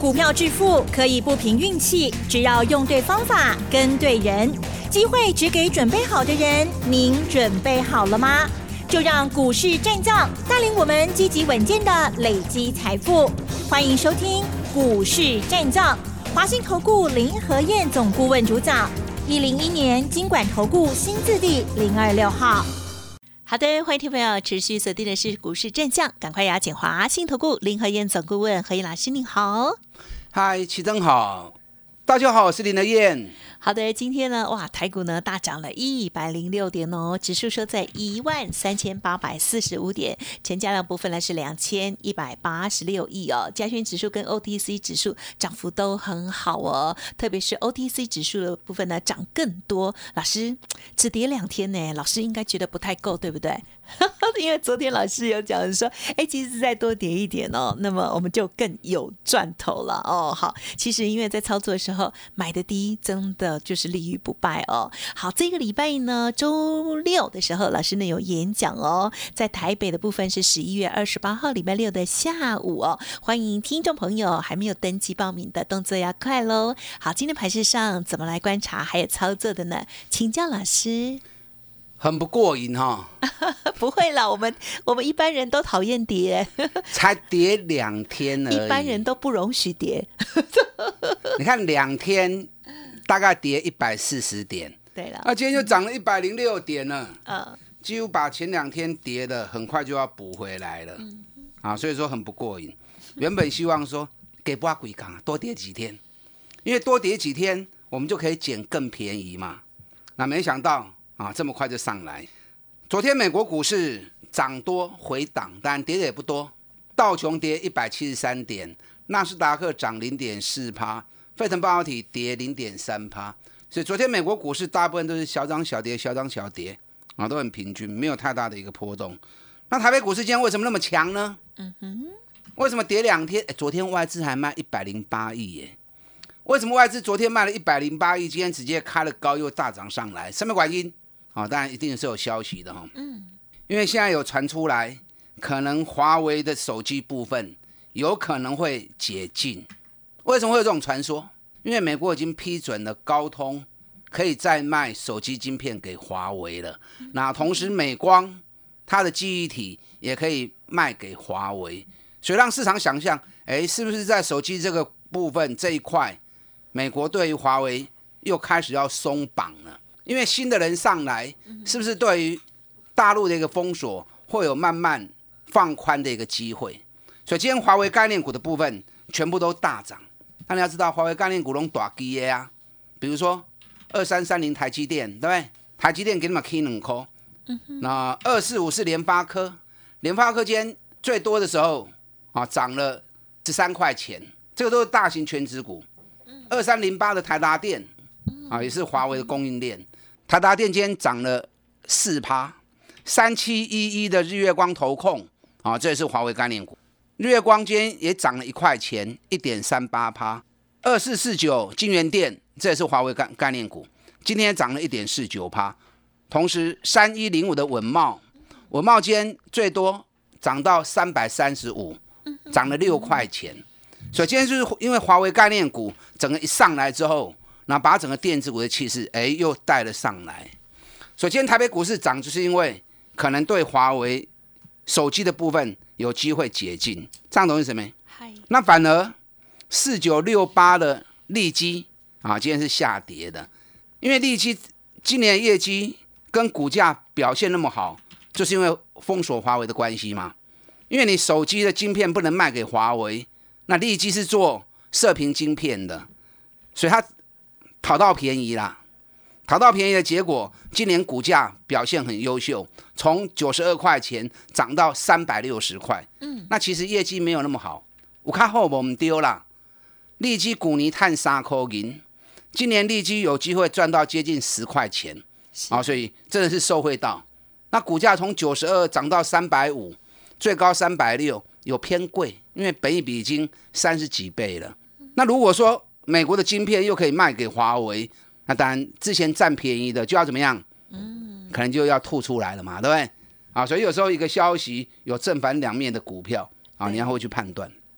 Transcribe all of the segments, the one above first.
股票致富可以不凭运气，只要用对方法、跟对人，机会只给准备好的人。您准备好了吗？就让股市战将带领我们积极稳健的累积财富。欢迎收听股市战将，华信投顾林和彥总顾问主讲，101年金管投顾新字第026号。好的，欢迎听众朋友持续锁定的是股市战将，赶快邀请华信投顾林和彥总顾问何彥老师，您好。 嗨，齐正好，大家好，我是林和彥。 好的，今天呢，哇，台股呢大涨了106点哦，指数收在13845点，成交量部分呢是2186亿哦，加权指数跟 OTC 指数涨幅都很好哦，特别是 OTC 指数的部分呢涨更多。老师只跌2天呢，老师应该觉得不太够，对不对？因为昨天老师有讲说，其实再多跌一点哦，那么我们就更有赚头了哦。好，其实因为在操作的时候买的低，真的就是立于不败哦。好，这个礼拜呢，周六的时候，老师呢有演讲哦，在台北的部分是11月28号礼拜六的下午哦，欢迎听众朋友还没有登记报名的动作要快咯。好，今天盘势上怎么来观察还有操作的呢？请教老师。 很不过瘾哈、 不会啦，我们一般人都讨厌跌， 才跌2天而已， 一般人都不容许跌。 你看2天大概跌140点， 对了， 今天就涨了106点了，几乎把前2天跌的很快就要补回来了，所以说很不过瘾。原本希望说给不鬼港多跌几天，因为多跌几天我们就可以捡更便宜嘛，那没想到。这么快就上来。昨天美国股市涨多回档，但跌的也不多。道琼跌173点，纳斯达克涨0.4%，费城半导体跌0.3%。所以昨天美国股市大部分都是小涨小跌，小涨小跌都很平均，没有太大的一个波动。那台北股市今天为什么那么强呢？为什么跌2天？昨天外资还卖108亿耶。为什么外资昨天卖了108亿，今天直接开了高又大涨上来？什么原因？当然一定是有消息的哈。因为现在有传出来，可能华为的手机部分有可能会解禁。为什么会有这种传说？因为美国已经批准了高通可以再卖手机晶片给华为了。那同时美光它的记忆体也可以卖给华为，所以让市场想象，是不是在手机这个部分这一块，美国对于华为又开始要松绑了？因为新的人上来，是不是对于大陆的一个封锁会有慢慢放宽的一个机会？所以今天华为概念股的部分全部都大涨。那你要知道，华为概念股都大基的啊，比如说2330台积电，对不对？台积电给你们 K 2块，那245是联发科，联发科今天最多的时候涨了13块钱，这个都是大型全指股。2308的台达电也是华为的供应链。台达电今天涨了4%，3711的日月光投控这也是华为概念股。日月光今天也涨了1块钱，1.38%。2449晶圆店这也是华为概念股，今天也涨了1.49%。同时3105的稳懋今天最多涨到335，涨了6块钱。所以今天就是因为华为概念股整个一上来之后，那把整个电子股的气势又带了上来。所以今天台北股市涨，就是因为可能对华为手机的部分有机会解禁，这样懂意思没？那反而4968的利基今天是下跌的，因为利基今年的业绩跟股价表现那么好，就是因为封锁华为的关系嘛。因为你手机的晶片不能卖给华为，那利基是做射频晶片的，所以它讨到便宜啦。讨到便宜的结果，今年股价表现很优秀，从92块钱涨到360块。那其实业绩没有那么好，有较好无唔对啦。利基去年赚3块银，今年利基有机会赚到接近10块钱，所以真的是受惠到。那股价从92涨到350，最高360，有偏贵，因为本益比已经30几倍了。那如果说美国的晶片又可以卖给华为，那当然之前占便宜的就要怎么样？可能就要吐出来了嘛，对不对？所以有时候一个消息有正反两面的股票你要会去判断。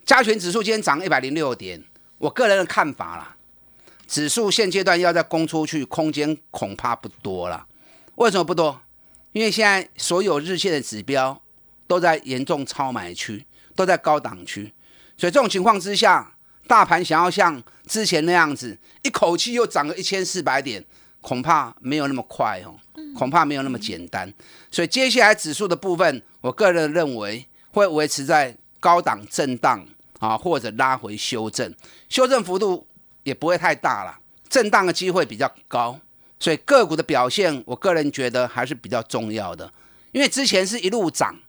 加权指数今天涨106点，我个人的看法啦，指数现阶段要再攻出去，空间恐怕不多了。为什么不多？因为现在所有日线的指标都在严重超买区，都在高档区，所以这种情况之下，大盘想要像之前那样子一口气又涨个1400点，恐怕没有那么快哦，恐怕没有那么简单。所以接下来指数的部分，我个人认为会维持在高档震荡啊，或者拉回修正，修正幅度也不会太大了，震荡的机会比较高。所以个股的表现，我个人觉得还是比较重要的，因为之前是一路涨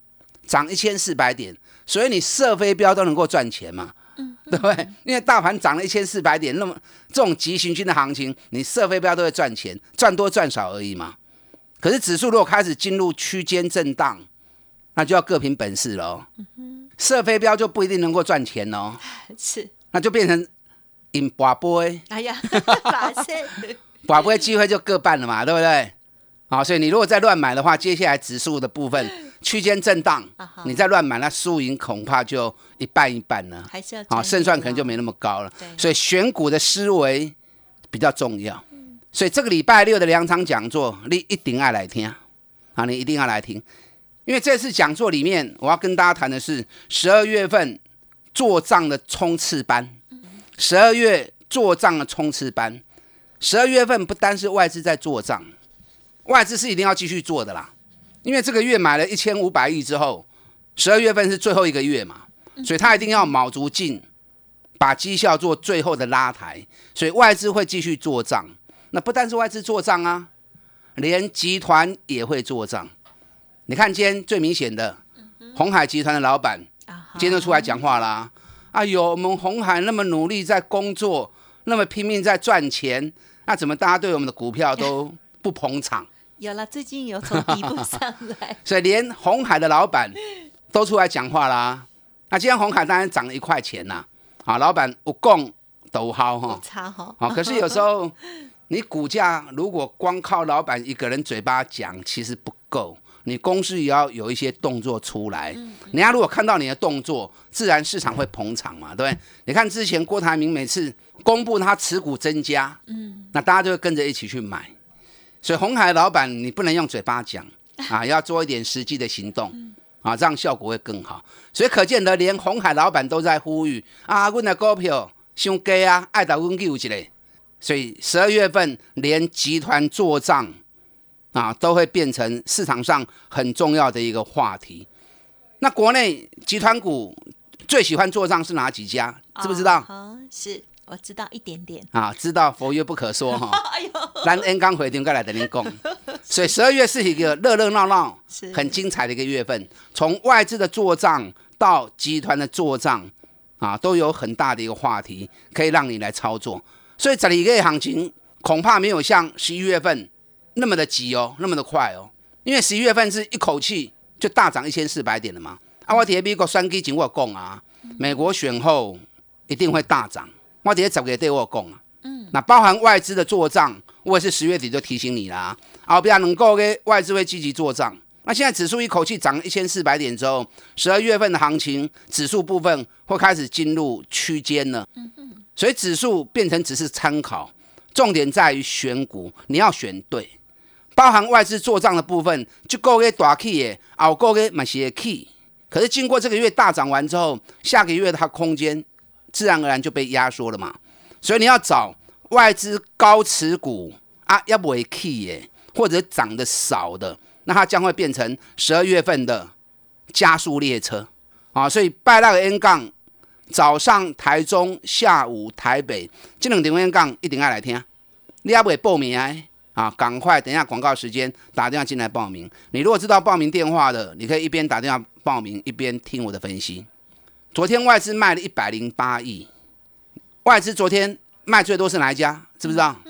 1400点，所以你射飞镖都能够赚钱嘛，对不对？因为大盘涨了1400点，那么这种急行军的行情，你射飞镖都会赚钱，赚多赚少而已嘛。可是指数如果开始进入区间震荡，那就要各凭本事了哦。射飞镖就不一定能够赚钱哦， 是， 那就变成赢拔杯。 哎呀， 拔杯机会就各半了嘛，对不对？好，所以你如果再乱买的话，接下来指数的部分区间震荡，你再乱买，那输赢恐怕就一半一半了， 还是要好，胜算可能就没那么高了。所以选股的思维比较重要。所以这个礼拜六的2场讲座，你一定要来听啊！你一定要来听，因为这次讲座里面，我要跟大家谈的是12月份做账的冲刺班。12月做账的冲刺班，12月份不单是外资在做账，外资是一定要继续做的啦。因为这个月买了1500亿之后，12月份是最后一个月嘛，所以他一定要卯足劲，把绩效做最后的拉抬，所以外资会继续做账。那不但是外资做账啊，连集团也会做账。你看今天最明显的，鸿海集团的老板今天就出来讲话啦。哎呦，我们鸿海那么努力在工作，那么拼命在赚钱，那怎么大家对我们的股票都不捧场？ 有了，最近有从底部上来， 所以连鸿海的老板都出来讲话啦。那今天鸿海当然涨了1块钱啦，啊，老板有讲都有效哈， 差哈。 可是有时候你股价如果光靠老板一个人嘴巴讲，其实不够。你公司也要有一些动作出来，人家如果看到你的动作，自然市场会捧场嘛，对不对？你看之前郭台铭每次公布他持股增加，那大家就会跟着一起去买。所以鸿海的老板你不能用嘴巴讲啊，要做一点实际的行动啊，这样效果会更好。所以可见得连鸿海老板都在呼吁啊，我的股票伤低啊，爱到我救一下。所以12月份连集团做账啊，都会变成市场上很重要的一个话题。那国内集团股最喜欢做账是哪几家？知不知道？ 是，我知道一点点啊，知道佛曰不可说哈。咱演讲会场该来跟您讲，所以12月是一个热热闹闹、很精彩的一个月份。从外资的做账到集团的做账啊，都有很大的一个话题可以让你来操作。所以12月行情恐怕没有像11月份那么的急哦，那么的快哦，因为11月份是一口气就大涨1400点了嘛。啊，我在美国选举前我讲啊，美国选后一定会大涨。我在10月底我讲啊，那包含外资的做账，我也是10月底就提醒你啦。后边2个月外资会积极做账。那现在指数一口气涨1400点之后，12月份的行情指数部分会开始进入区间了。所以指数变成只是参考，重点在于选股，你要选对。包含外资做账的部分，这个月大起的，后个月也是会起。可是经过这个月大涨完之后，下个月它空间自然而然就被压缩了嘛。所以你要找外资高持股啊，要不会起的，或者涨得少的，那它将会变成12月份的加速列车啊。所以拜六的演讲，早上台中，下午台北，这2场演讲一定要来听。你还没报名啊，赶快等一下广告时间打电话进来报名。你如果知道报名电话的，你可以一边打电话报名，一边听我的分析。昨天外资卖了108亿，外资昨天卖最多是哪一家？知不知道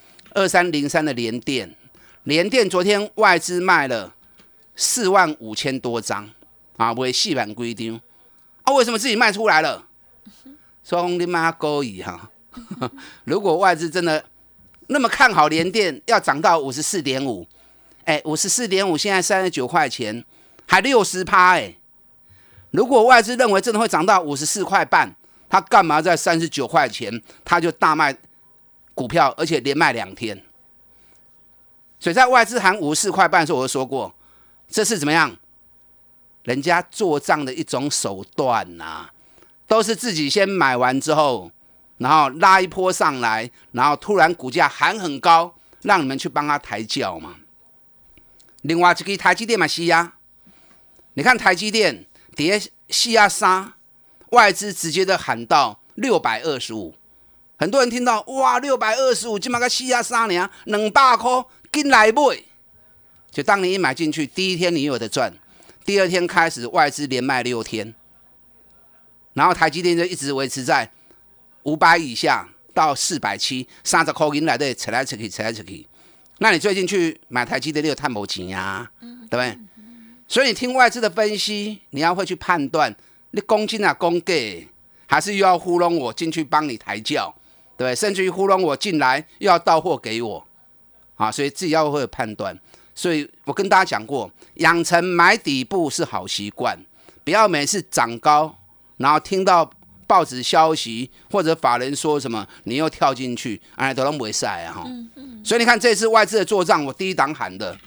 ？2303的联电，联电昨天外资卖了45000多张啊，卖4万几张啊，为什么自己卖出来了？所以你妈勾引哈！如果外资真的那么看好联电要涨到 54.5， 54.5 现在39块钱，还 60%， 如果外资认为真的会涨到54块半，他干嘛在39块钱他就大卖股票，而且连卖2天？所以在外资喊54块半的时候，我就说过，这是怎么样？人家做账的一种手段啊，都是自己先买完之后，然后拉一波上来，然后突然股价喊很高，让你们去帮他抬轿嘛。另外一个台积电嘛是啊，你看台积电跌4.3，外资直接的喊到625，很多人听到哇625，今嘛个4.3呢，200块进来买，就当你一买进去，第一天你有的赚，第二天开始外资连卖6天，然后台积电就一直维持在500以下到470，30块银来的扯来扯去。那你最近去买台积电，你有赚没钱啊？对不对？所以你听外资的分析，你要会去判断，你公斤啊公给，还是又要糊弄我进去帮你抬轿，对不对？甚至于糊弄我进来又要到货给我，啊，所以自己要会判断。所以我跟大家讲过，养成买底部是好习惯，不要每次涨高，然后听到报纸消息或者法人说什么，你又跳进去，哎，都不会晒啊！所以你看这次外资的作账，我第一档喊的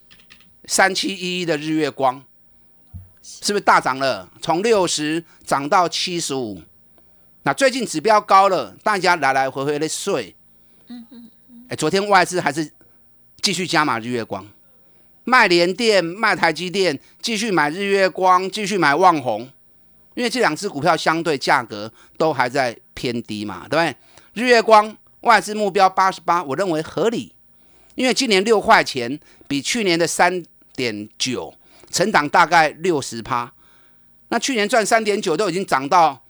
3711的日月光，是不是大涨了？从60涨到75。那最近指标高了，大家来来回回的睡。昨天外资还是继续加码日月光，卖联电、卖台积电，继续买日月光，继续买旺宏。因为这2只股票相对价格都还在偏低嘛，对不对？日月光外资目标88，我认为合理，因为今年6块钱比去年的3.9成长大概60%，那去年赚3.9都已经涨到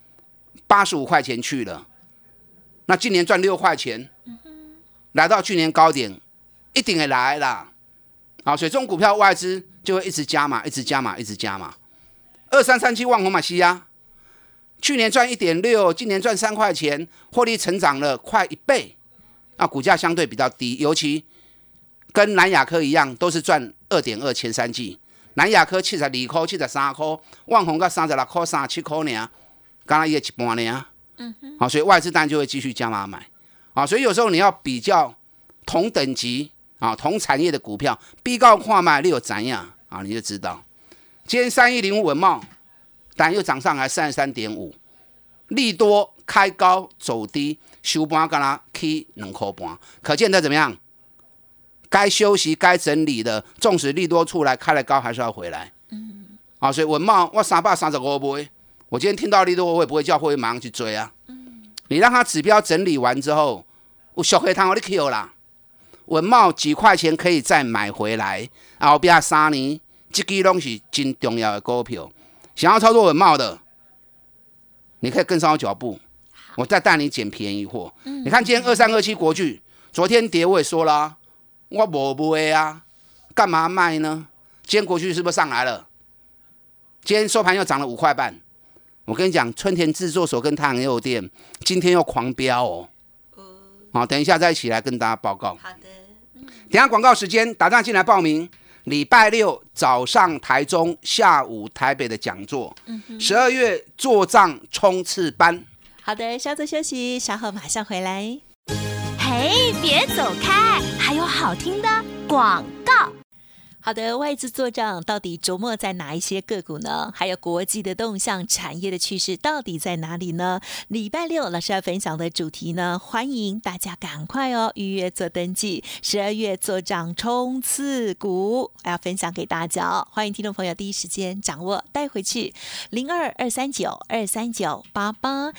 85块钱去了，那今年赚6块钱，来到去年高点，一定会来啦。好，所以这种股票外资就会一直加码，一直加码，一直加码。2337旺宏嘛是啊，去年赚1.6，今年赚3块钱，获利成长了快1倍，那股价相对比较低，尤其跟南亚科一样，都是赚2.2前3季，南亚科72块、73块，旺宏到36块、37块呢，刚刚也一半呢。好，所以外资当然就会继续加码买。好，所以有时候你要比较同等级啊、同产业的股票，比较看卖你有怎样啊，你就知道。今天3105文茂，当然又涨上来33.5，利多开高走低，收盘跟它起2块半，可见得怎么样？该休息、该整理的，纵使利多出来开了高，还是要回来。啊，所以文茂我335买，我今天听到利多，我也不会叫会员马上去追啊。你让它指标整理完之后，有小黑汤我就 Q 啦。文茂几块钱可以再买回来，后边3年。这支都是真重要的股票，想要操作文茂的，你可以跟上我脚步，我再带你捡便宜货。你看今天2327国巨，昨天跌我也说了，我没买啊，干嘛卖呢？今天国巨是不是上来了？今天收盘又涨了5块半。我跟你讲，春田制作所跟太阳诱电今天又狂飙哦。好，等一下再一起来跟大家报告。好的。等一下广告时间，打电话进来报名。礼拜6早上台中，下午台北的讲座，12月做账冲刺班。 好的，稍作休息，稍后马上回来。 嘿，别走开，还有好听的广告。 好的，外资做账到底琢磨在哪一些个股呢？还有国际的动向、产业的趋势到底在哪里呢？礼拜6老师要分享的主题呢，欢迎大家赶快预约做登记。12月做账冲刺股要分享给大家欢迎听众朋友第一时间掌握带回去。02-239-23988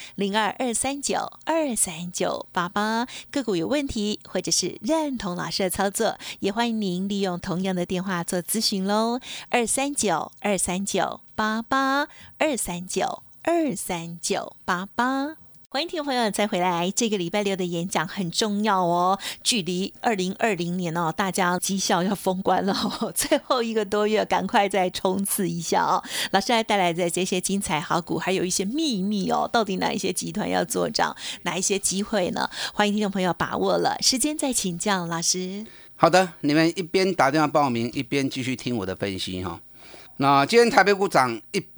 02-239-23988，个股有问题或者是认同老师的操作，也欢迎您利用同样的电话做咨询咯，239-23988 239-23988。欢迎听众朋友再回来，这个礼拜6的演讲很重要哦，距离2020年大家绩效要封关了最后1个多月，赶快再冲刺一下老师还带来的这些精彩好股，还有一些秘密到底哪一些集团要做账，哪一些机会呢？欢迎听众朋友把握了，时间再请教老师。 好的，你们一边打电话报名，一边继续听我的分析那今天台北股涨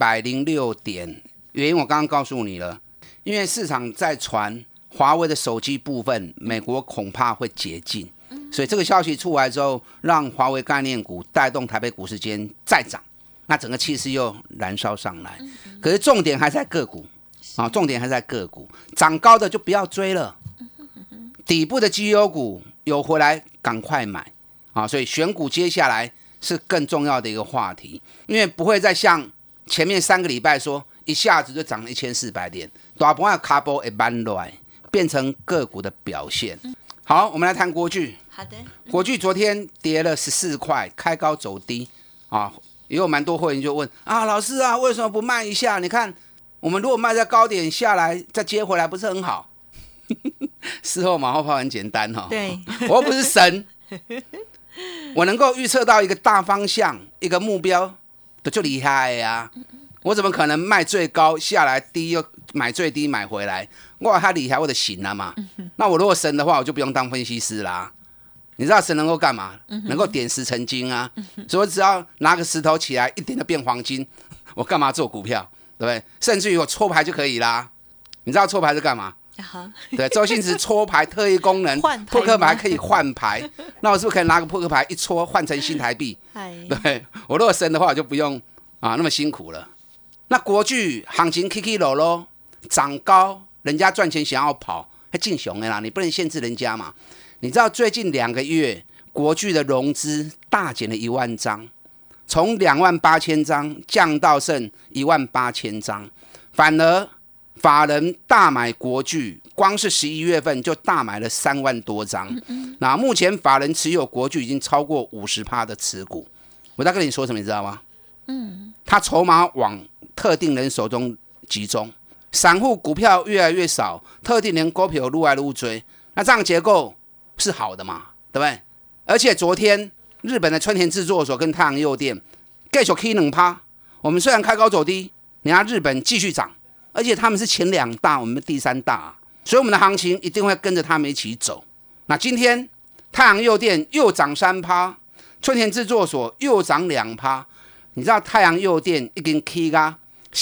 106点，原因我刚刚告诉你了，因为市场在传华为的手机部分，美国恐怕会解禁，所以这个消息出来之后，让华为概念股带动台北股市间再涨，那整个气势又燃烧上来。可是重点还在个股啊，重点还在个股，涨高的就不要追了，底部的绩优股有回来赶快买啊！所以选股接下来是更重要的一个话题，因为不会再像前面3个礼拜说一下子就涨了1400点，大盘的卡波会慢落，变成个股的表现。好，我们来谈国巨。 好的， 国巨昨天跌了14块，开高走低啊，也有蛮多会员就问啊，老师啊，为什么不卖一下？你看我们如果卖在高点下来再接回来，不是很好？事后马后炮很简单哈， 对， 我又不是神，我能够预测到一个大方向、一个目标的就厉害呀。我怎么可能卖最高下来低又买最低买回来？我他厉害，我就行了嘛。那我如果神的话，我就不用当分析师啦。你知道神能够干嘛？能够点石成金啊！所以我只要拿个石头起来，一点就变黄金，我干嘛做股票？对不对？甚至于我搓牌就可以啦。你知道搓牌是干嘛？对，周星驰搓牌特异功能，扑克牌可以换牌。那我是不是可以拿个扑克牌一搓换成新台币？对，我如果神的话，我就不用那么辛苦了。那国巨行情起起落落，涨高，人家赚钱想要跑，还进熊的啦，你不能限制人家嘛。你知道最近2个月国巨的融资大减了1万张，从28000张降到剩18000张，反而法人大买国巨，光是11月份就大买了3万多张。那目前法人持有国巨已经超过50%的持股。我在跟你说什么，你知道吗？他筹码往特定人手中集中，散户股票越来越少，特定人股票越来越多，那这样结构是好的嘛，对不对？而且昨天日本的春田制作所跟太阳诱电继续起2%，我们虽然开高走低，人家日本继续涨，而且他们是前2大，我们第3大，所以我们的行情一定会跟着他们一起走。那今天太阳诱电又涨3%，春田制作所又涨2%，你知道太阳诱电已经起到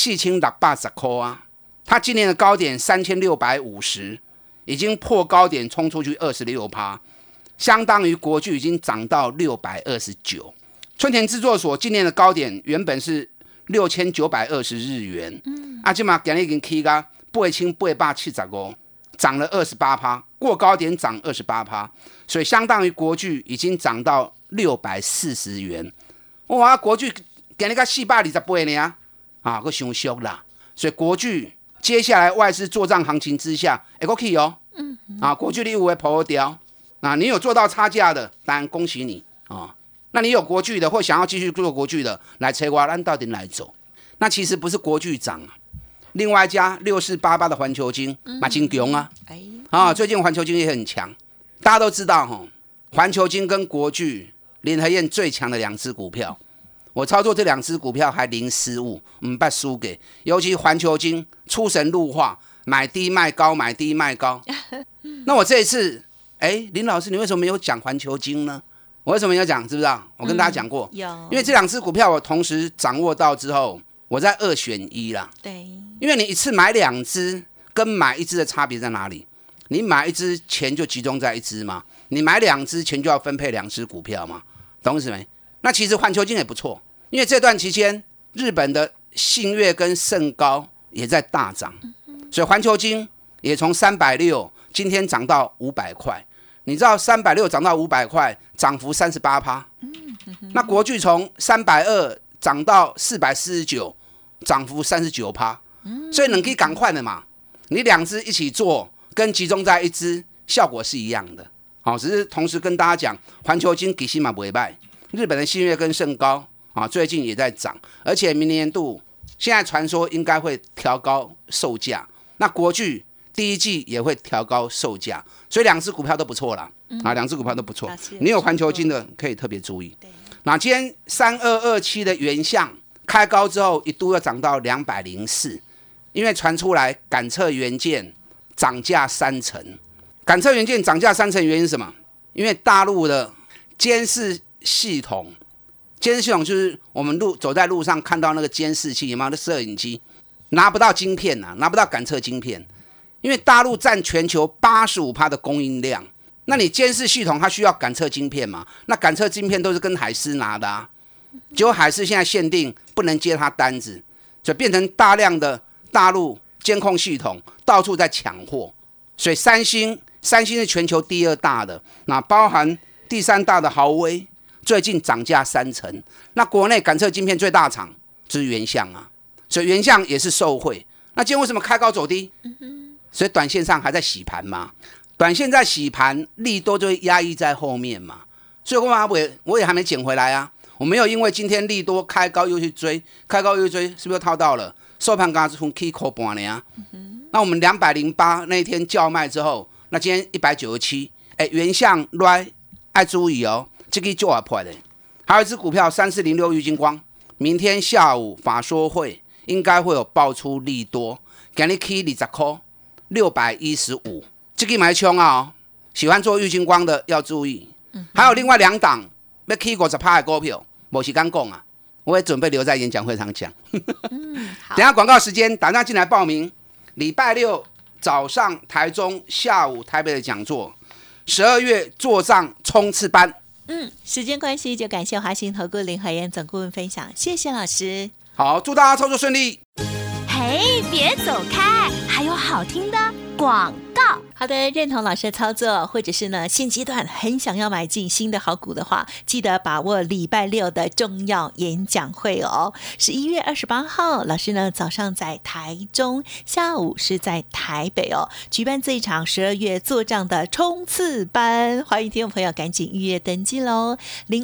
4680块啊，它今年的高点3650。已经破高点冲出去26%，相当于国巨已经涨到629。春田制作所今年的高点原本是6920日元，今嘛今日已经起到8875，涨了28%，过高点涨28%，所以相当于国巨已经涨到640元。哇，国巨今日到428呢，还太俗啦，所以国巨。接下来外资做账行情之下，还可以哦。国巨你有会跑掉你有做到差价的，当然恭喜你那你有国巨的，或想要继续做国巨的，来找我，咱到底来走。那其实不是国巨涨另外一家6488的环球晶嘛真强最近环球晶也很强，大家都知道环球晶跟国巨联合燕最强的2只股票。我操作这2只股票还零失误，不输给，尤其环球晶出神入化，买低卖高，买低卖高。那我这一次，林老师，你为什么没有讲环球晶呢？我为什么要讲？知不知道？我跟大家讲过，因为这2只股票我同时掌握到之后，我在2选1啦。 对， 因为你一次买2只，跟买1只的差别在哪里？你买1只钱就集中在1只嘛，你买2只钱就要分配2只股票嘛，懂意思没？那其实环球晶也不错，因为这段期间日本的信越跟盛高也在大涨，所以环球晶也从360今天涨到500块。你知道360涨到500块，涨幅38%。那国巨从320涨到449，涨幅39%。所以能可以赶快的嘛，你2只一起做，跟集中在1只效果是一样的。只是同时跟大家讲，环球晶其实也不错。日本的信越跟盛高最近也在涨，而且明年度现在传说应该会调高售价，那国巨第1季也会调高售价，所以2只股票都不错啦，2只股票都不错。你有环球晶的可以特别注意。那今天3227的原相开高之后一度要涨到204，因为传出来感测元件涨价30%，感测元件涨价30%原因是什么？因为大陆的监视系统监视系统就是我们走在路上看到那个监视器，有没有？那摄影机拿不到晶片拿不到感测晶片，因为大陆占全球 85% 的供应量。那你监视系统它需要感测晶片嘛？那感测晶片都是跟海思拿的啊，结果海思现在限定不能接他单子，所以变成大量的大陆监控系统到处在抢货。所以三星是全球第2大的，那包含第3大的豪威，最近涨价3成。那国内感测晶片最大厂就是原相啊，所以原相也是受惠。那今天为什么开高走低？所以短线上还在洗盘嘛。短线在洗盘，利多就会压抑在后面嘛，所以我也还没捡回来啊。我没有因为今天利多开高又去追，是不是套到了？收盘刚从 K 口半呢啊。那我们208那一天叫卖之后，那今天197，原相来爱注意哦，这个就要破的。还有一只股票3406玉晶光，明天下午法说会应该会有爆出利多，今日起20块，615。这个买冲啊！喜欢做玉晶光的要注意。还有另外2档要起50%的股票，没时间讲啊，我也准备留在演讲会上讲。等一下广告时间，打电话进来报名。礼拜6早上台中，下午台北的讲座，12月做账冲刺班。 时间关系，就感谢华信投顾林和彥总顾问分享，谢谢老师。 好，祝大家操作顺利。 嘿，别走开，还有好听的广告。 好的，认同老师的操作，或者是呢现阶段很想要买进新的好股的话，记得把握礼拜6的重要演讲会哦。11月28号，老师呢早上在台中，下午是在台北哦，举办这一场12月做账的冲刺班，欢迎听众朋友赶紧预约登记喽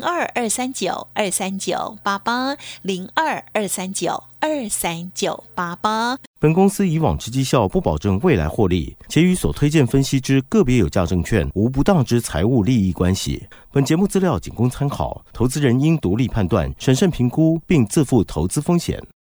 ，02-239-2392，02-239-2388。 本公司以往之绩效不保证未来获利，且与所推荐分析之个别有价证券无不当之财务利益关系。本节目资料仅供参考，投资人应独立判断、审慎评估，并自负投资风险。